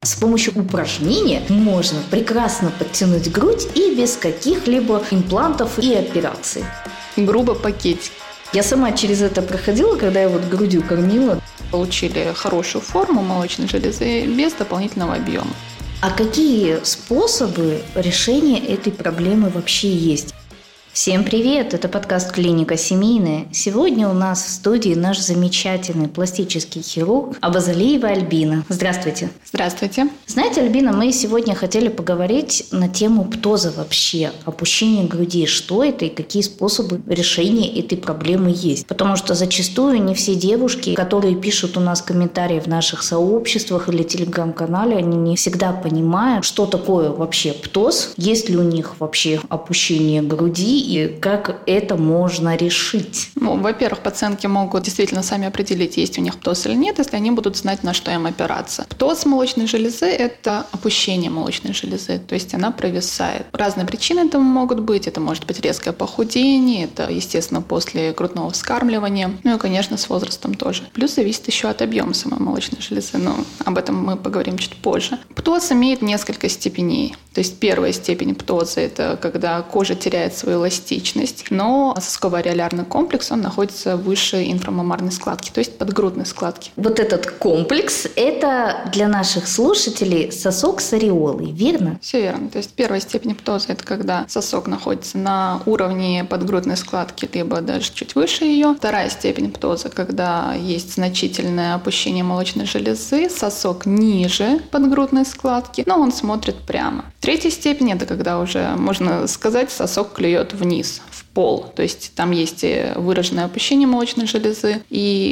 С помощью упражнения можно прекрасно подтянуть грудь и без каких-либо имплантов и операций. Грубо пакетик. Я сама через это проходила, когда я грудью кормила. Получили хорошую форму молочной железы без дополнительного объема. А какие способы решения этой проблемы вообще есть? Всем привет! Это подкаст «Клиника семейная». Сегодня у нас в студии наш замечательный пластический хирург Абазалиева Альбина. Здравствуйте! Здравствуйте! Знаете, Альбина, мы сегодня хотели поговорить на тему птоза вообще, опущения груди. Что это и какие способы решения этой проблемы есть? Потому что зачастую не все девушки, которые пишут у нас комментарии в наших сообществах или телеграм-канале, они не всегда понимают, что такое вообще птоз, есть ли у них вообще опущение груди, и как это можно решить? Во-первых, пациентки могут действительно сами определить, есть у них птоз или нет, если они будут знать, на что им опираться. Птоз молочной железы – это опущение молочной железы, то есть она провисает. Разные причины этому могут быть. Это может быть резкое похудение, это, естественно, после грудного вскармливания, и, конечно, с возрастом тоже. Плюс зависит еще от объема самой молочной железы, но об этом мы поговорим чуть позже. Птоз имеет несколько степеней. То есть первая степень птоза – это когда кожа теряет свою эластичность, но сосково-ареолярный комплекс, он находится выше инфрамамарной складки, то есть подгрудной складки. Вот этот комплекс – это для наших слушателей сосок с ореолой, верно? Все верно. То есть первая степень птоза – это когда сосок находится на уровне подгрудной складки, либо даже чуть выше ее. Вторая степень птоза, когда есть значительное опущение молочной железы, сосок ниже подгрудной складки, но он смотрит прямо. Третья степень – это когда уже, можно сказать, сосок клюет вниз, в пол. То есть там есть выраженное опущение молочной железы,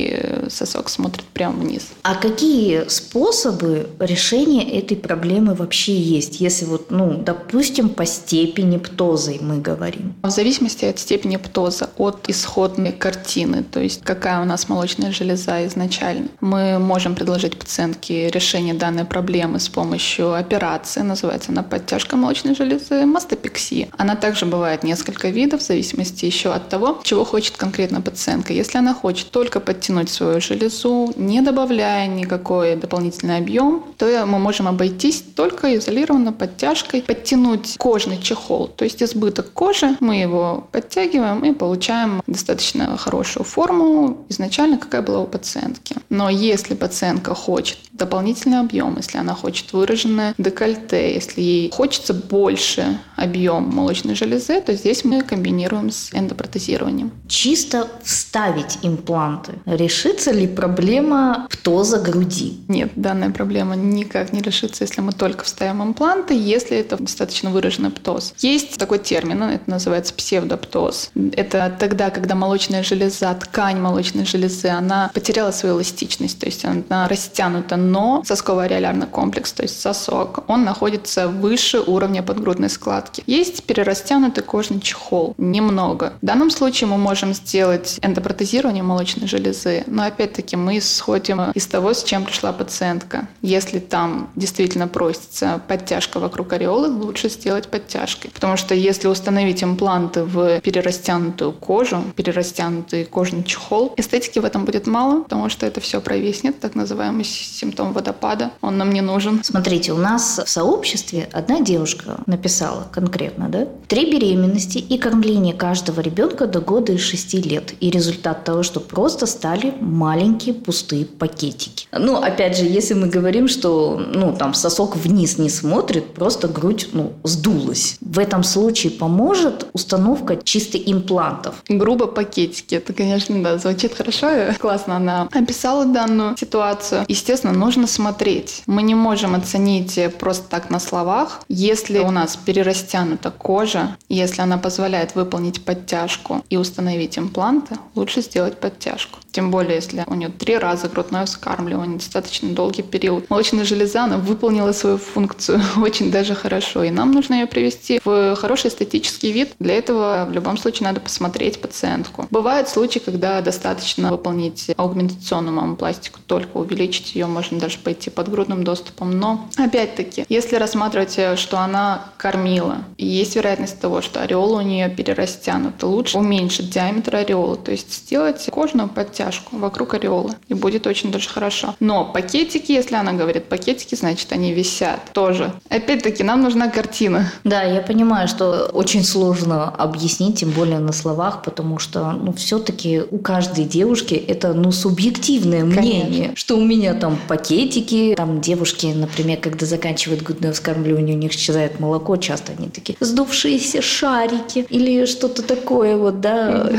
и сосок смотрит прямо вниз. А какие способы решения этой проблемы вообще есть, если допустим, по степени птозы мы говорим? В зависимости от степени птоза, от исходной картины, то есть какая у нас молочная железа изначально, мы можем предложить пациентке решение данной проблемы с помощью операции, называется она подтяжка молочной железы, мастопексия. Она также бывает несколько видов, в зависимости еще от того, чего хочет конкретно пациентка. Если она хочет только подтянуть свою железу, не добавляя никакой дополнительный объем, то мы можем обойтись только изолированно подтяжкой, подтянуть кожный чехол, то есть избыток кожи, мы его подтягиваем и получаем достаточно хорошую форму изначально, какая была у пациентки. Но если пациентка хочет дополнительный объем, если она хочет выраженное декольте, если ей хочется больше объем молочной железы, то здесь мы комбинируем с эндопротезированием. Чисто вставить импланты. Решится ли проблема птоза груди? Нет, данная проблема никак не решится, если мы только вставим импланты, если это достаточно выраженный птоз. Есть такой термин, это называется псевдоптоз. Это тогда, когда молочная железа, ткань молочной железы, она потеряла свою эластичность, то есть она растянута, но сосково-ареолярный комплекс, то есть сосок, он находится выше уровня подгрудной складки. Есть перерастянутый кожный чехол, немного. В данном случае мы можем сделать эндопротезирование молочной железы, но опять-таки мы исходим из того, с чем пришла пациентка. Если там действительно просится подтяжка вокруг ореолы, лучше сделать подтяжкой. Потому что если установить импланты в перерастянутую кожу, перерастянутый кожный чехол, эстетики в этом будет мало, потому что это все провиснет, так называемый симптом водопада. Он нам не нужен. Смотрите, у нас в сообществе одна девушка написала конкретно, 3 беременности и кормление каждого ребенка до года и 6 лет. И результат того, что просто стали маленькие пустые пакетики. Опять же, если мы говорим, что там сосок вниз не смотрит, просто грудь сдулась. В этом случае поможет установка чисто имплантов? Грубо пакетики. Это, конечно, звучит хорошо. Классно она описала данную ситуацию. Естественно, нужно смотреть. Мы не можем оценить просто так на словах. Если у нас перерастянута кожа, если она позволяет выполнить подтяжку и установить импланты, лучше сделать подтяжку. Тем более, если у нее 3 раза грудное вскармливание, достаточно долгий период. Молочная железа, она выполнила свою функцию очень даже хорошо. И нам нужно ее привести в хороший эстетический вид. Для этого в любом случае надо посмотреть пациентку. Бывают случаи, когда достаточно выполнить аугментационную мамопластику, только увеличить ее можно даже пойти под грудным доступом. Но, опять-таки, если рассматривать, что она кормила, и есть вероятность того, что ореолы у нее перерастянуты, лучше уменьшить диаметр ореолы, то есть сделать кожную подтяжку вокруг ореолы, и будет очень даже хорошо. Но пакетики, если она говорит пакетики, значит, они висят тоже. Опять-таки, нам нужна картина. Да, я понимаю, что очень сложно объяснить, тем более на словах, потому что, все-таки у каждой девушки это, субъективное мнение, что у меня там пакетики, там девушки, например, когда заканчивают грудное вскармливание, у них исчезает молоко, часто они такие сдувшиеся шарики или что-то такое Да.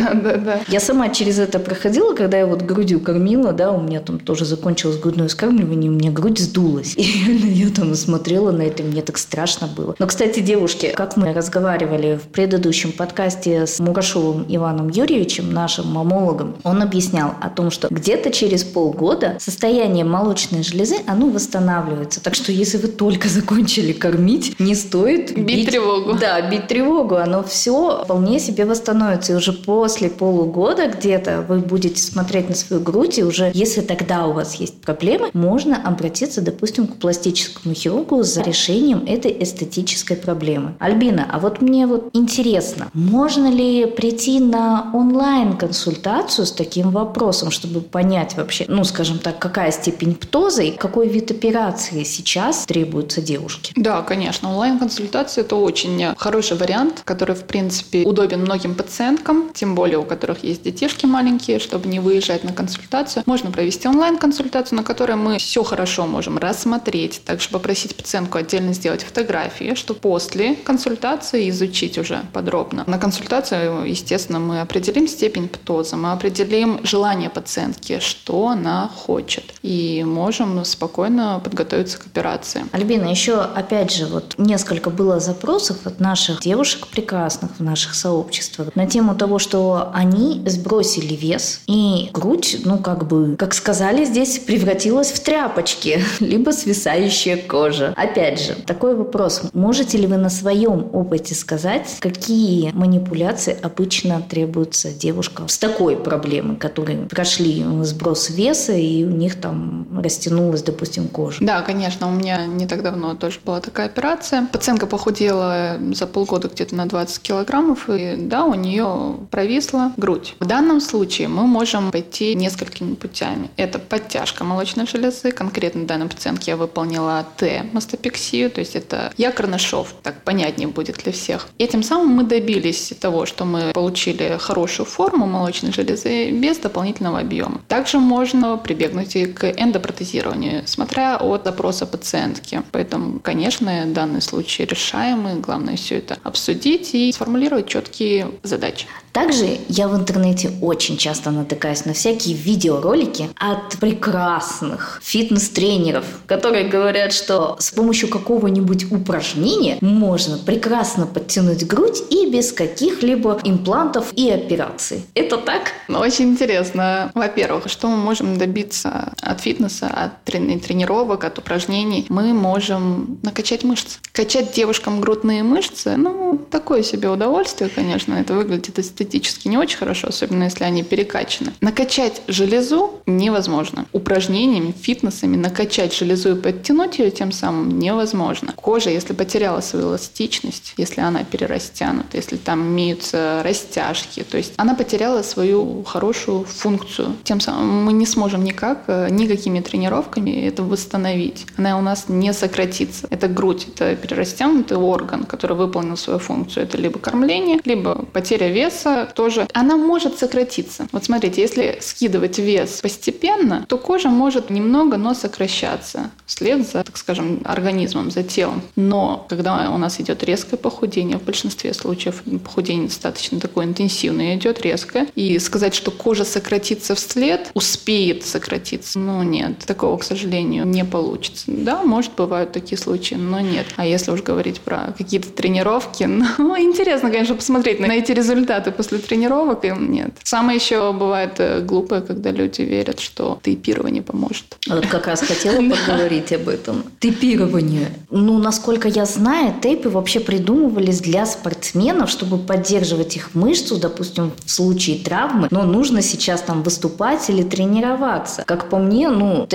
Я сама через это проходила, когда я грудью кормила, у меня там тоже закончилось грудное вскармливание, у меня грудь сдулась. И я там смотрела на это, мне так страшно было. Но, кстати, девушки, как мы разговаривали в предыдущем подкасте с Мурашовым Иваном Юрьевичем, нашим мамологом, он объяснял о том, что где-то через полгода состояние молочной железы, оно восстанавливается. Так что, если вы только закончили кормить, не стоит бить тревогу. Да, бить тревогу. Оно все вполне себе восстановится. И уже после полугода где-то вы будете смотреть на свою грудь, и уже, если тогда у вас есть проблемы, можно обратиться, допустим, к пластическому хирургу за решением этой эстетической проблемы. Альбина, а мне интересно, можно ли прийти на онлайн-консультацию с таким вопросом, чтобы понять вообще, скажем так, какая степень птозы и какой вид операции сейчас требуется девушке? Да, конечно. Онлайн-консультация – это очень хороший вариант, который, в принципе, удобен многим пациенткам, тем более у которых есть детишки маленькие, чтобы не выезжать на консультацию. Можно провести онлайн-консультацию, на которой мы все хорошо можем рассмотреть, также попросить пациентку отдельно сделать фотографии, что после консультации изучить уже подробно. На консультацию, естественно, мы определим степень птоза, мы определим желание пациентки, что она хочет, и можем спокойно подготовиться к операции. Альбина, еще, опять же, несколько было запросов от наших девушек прекрасных в наших сообществах на тему того, что они сбросили вес, и грудь, как сказали здесь, превратилась в тряпочки, либо свисающая кожа. Опять же, такой вопрос. Можете ли вы на своем опыте сказать, какие манипуляции обычно требуются девушкам с такой проблемой, которые прошли сброс веса, и у них там растянулась, допустим, кожа? Да, конечно. У меня не так давно тоже была такая операция. Пациентка похудела за полгода где-то на 20 килограммов, и да, у нее провисла грудь. В данном случае мы можем пойти несколькими путями. Это подтяжка молочной железы. Конкретно данной пациентке я выполнила Т-мастопексию, то есть это якорный шов, так понятнее будет для всех. И тем самым мы добились того, что мы получили хорошую форму молочной железы без дополнительного объема. Также можно прибегнуть и к эндопротезированию, смотря от запроса пациентки. Поэтому, конечно, данный случай решаемый. Главное все это обсудить и сформулировать четкие задачи. Также я в интернете очень часто натыкаюсь на всякие видеоролики от прекрасных фитнес-тренеров, которые говорят, что с помощью какого-нибудь упражнения можно прекрасно подтянуть грудь и без каких-либо имплантов и операций. Это так? Очень интересно. Во-первых, что мы можем добиться от фитнеса, от тренировок, от упражнений? Мы можем накачать мышцы. Качать девушкам грудные мышцы, такое себе удовольствие, конечно. Это выглядит эстетически не очень хорошо, особенно если они перекачаны. Накачать железу невозможно. Упражнениями, фитнесами накачать железу и подтянуть ее тем самым невозможно. Кожа, если потеряла свою эластичность, если она перерастянута, если там имеются растяжки, то есть она потеряла свою хорошую функцию. Тем самым мы не сможем никакими тренировками это восстановить. Она у нас не сократится. Это грудь, это перерастянутый орган, который выполнил свою функцию. Это либо кормление, либо потеря веса тоже. Она может сократиться. Смотрите, если скидывать вес постепенно, то кожа может немного, но сокращаться вслед за, так скажем, организмом, за телом. Но когда у нас идет резкое похудение, в большинстве случаев похудение достаточно такое интенсивное, идет резко, и сказать, что кожа сократится вслед, успеет сократиться, нет, такого, к сожалению, не получится. Да, может, бывают такие случаи, но нет. А если уж говорить про какие-то тренировки, интересно, конечно, посмотреть на эти результаты после тренировок, и нет. Самое еще бывает глупое, когда люди верят, что тейпирование поможет. Как раз хотела поговорить об этом. Тейпирование. Насколько я знаю, тейпы вообще придумывались для спортсменов, чтобы поддерживать их мышцу, допустим, в случае травмы, но нужно сейчас там выступать или тренироваться. Как по мне,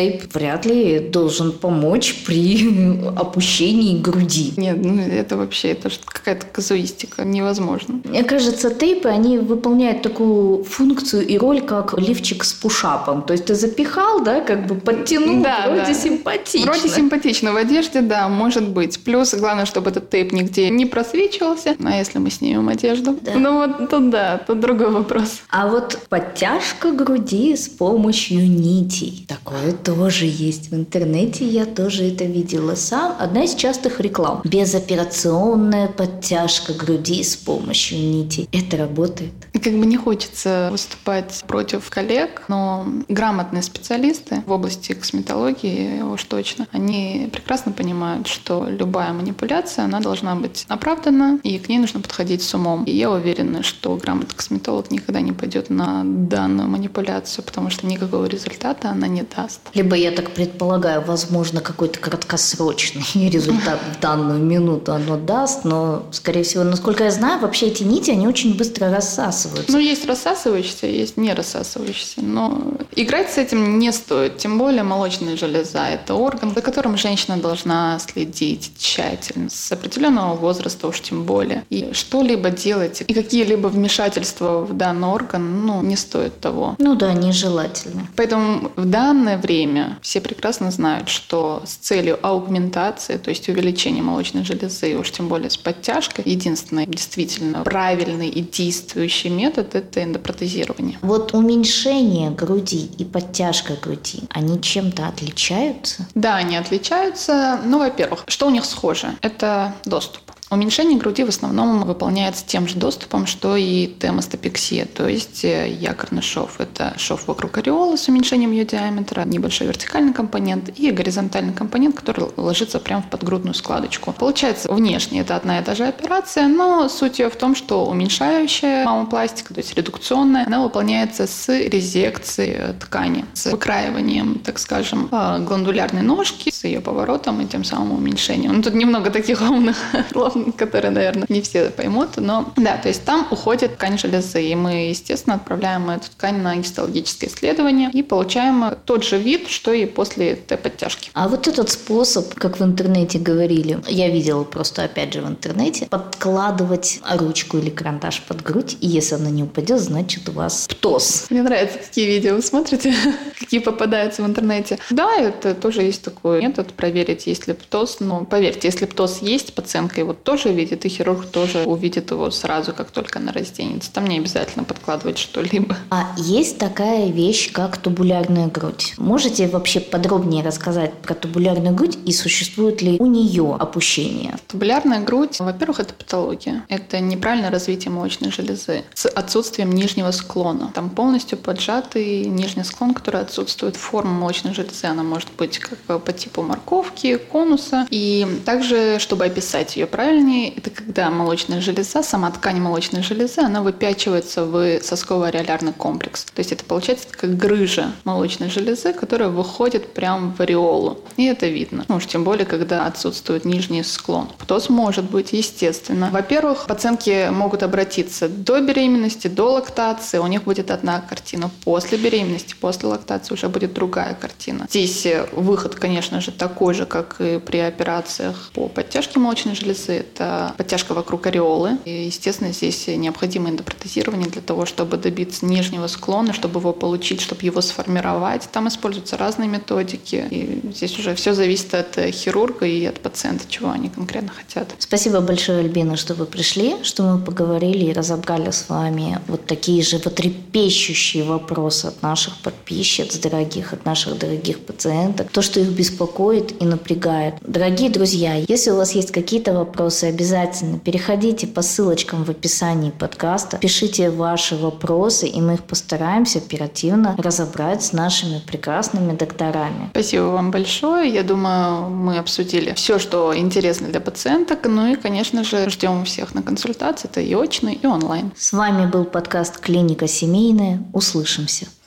тейп вряд ли должен помочь при опущении груди. Нет, это вообще, это какая-то казуистика, невозможно. Мне кажется, тейпы, они выполняют такую функцию и роль, как лифчик с пушапом. То есть ты запихал, да, как бы подтянул, вроде симпатично. Вроде симпатично в одежде, да, может быть. Плюс, главное, чтобы этот тейп нигде не просвечивался. А если мы снимем одежду? Да. Тут другой вопрос. А вот подтяжка груди с помощью нитей. Такое тоже есть в интернете, я тоже это видела сам. Одна из частых реклам. Безоперационная подтяжка груди с помощью нитей. Это работает. Как бы не хочется выступать против коллег, но грамотные специалисты в области косметологии, уж точно, они прекрасно понимают, что любая манипуляция, она должна быть оправдана, и к ней нужно подходить с умом. И я уверена, что грамотный косметолог никогда не пойдет на данную манипуляцию, потому что никакого результата она не даст. Либо, я так предполагаю, возможно, какой-то краткосрочный результат в данную минуту оно даст, но, скорее всего, насколько я знаю, вообще эти нити, они очень быстро рассасываются. Есть рассасывающиеся, есть не рассасывающиеся, но играть с этим не стоит, тем более молочная железа – это орган, за которым женщина должна следить тщательно, с определенного возраста уж тем более. И что-либо делать, и какие-либо вмешательства в данный орган, не стоит того. Да, нежелательно. Поэтому в данное время все прекрасно знают, что с целью аугментации, то есть увеличения молочной железы, уж тем более с подтяжкой, единственный действительно правильный и действующий метод – это эндопротезирование. Вот уменьшение груди и подтяжка груди, они чем-то отличаются? Да, они отличаются. Во-первых, что у них схоже? Это доступ. Уменьшение груди в основном выполняется тем же доступом, что и темостопексия, то есть якорный шов. Это шов вокруг ореолы с уменьшением ее диаметра, небольшой вертикальный компонент и горизонтальный компонент, который ложится прямо в подгрудную складочку. Получается, внешне это одна и та же операция, но суть ее в том, что уменьшающая мамопластика, то есть редукционная, она выполняется с резекцией ткани, с выкраиванием, так скажем, гландулярной ножки, с ее поворотом и тем самым уменьшением. Тут немного таких умных слов, которые, наверное, не все поймут, но да, то есть там уходит ткань железы, и мы, естественно, отправляем эту ткань на гистологическое исследование и получаем тот же вид, что и после Т-подтяжки. А вот этот способ, как в интернете говорили, я видела просто, опять же, в интернете, подкладывать ручку или карандаш под грудь, и если она не упадет, значит, у вас птоз. Мне нравится, какие видео вы смотрите, какие попадаются в интернете. Да, это тоже есть такой метод проверить, есть ли птоз, но поверьте, если птоз есть, пациентка его тоже видит, и хирург тоже увидит его сразу, как только она разденется. Там не обязательно подкладывать что-либо. А есть такая вещь, как тубулярная грудь. Можете вообще подробнее рассказать про тубулярную грудь и существует ли у нее опущение? Тубулярная грудь, во-первых, это патология. Это неправильное развитие молочной железы с отсутствием нижнего склона. Там полностью поджатый нижний склон, который отсутствует. Форма молочной железы, она может быть как по типу морковки, конуса. И также, чтобы описать ее правильнее, это когда молочная железа, сама ткань молочной железы, она выпячивается в сосково-ареолярный комплекс. То есть это получается как грыжа молочной железы, которая выходит прямо в ореолу. И это видно. Уж тем более, когда отсутствует нижний склон. Птоз может быть, естественно. Во-первых, пациентки могут обратиться до беременности, до лактации. У них будет одна картина. После беременности, после лактации уже будет другая картина. Здесь выход, конечно же, такой же, как и при операциях по подтяжке молочной железы. Это подтяжка вокруг ореолы. И, естественно, здесь необходимо эндопротезирование для того, чтобы добиться нижнего склона, чтобы его получить, чтобы его сформировать. Там используются разные методики. И здесь уже все зависит от хирурга и от пациента, чего они конкретно хотят. Спасибо большое, Альбина, что вы пришли, что мы поговорили и разобрали с вами вот такие животрепещущие вопросы от наших подписчиц, дорогих, от наших дорогих пациенток. То, что их беспокоит и напрягает. Дорогие друзья, если у вас есть какие-то вопросы, обязательно переходите по ссылочкам в описании подкаста, пишите ваши вопросы, и мы их постараемся оперативно разобрать с нашими прекрасными докторами. Спасибо вам большое. Я думаю, мы обсудили все, что интересно для пациенток. Ну и, конечно же, ждем всех на консультации. Это и очный, и онлайн. С вами был подкаст «Клиника семейная». Услышимся.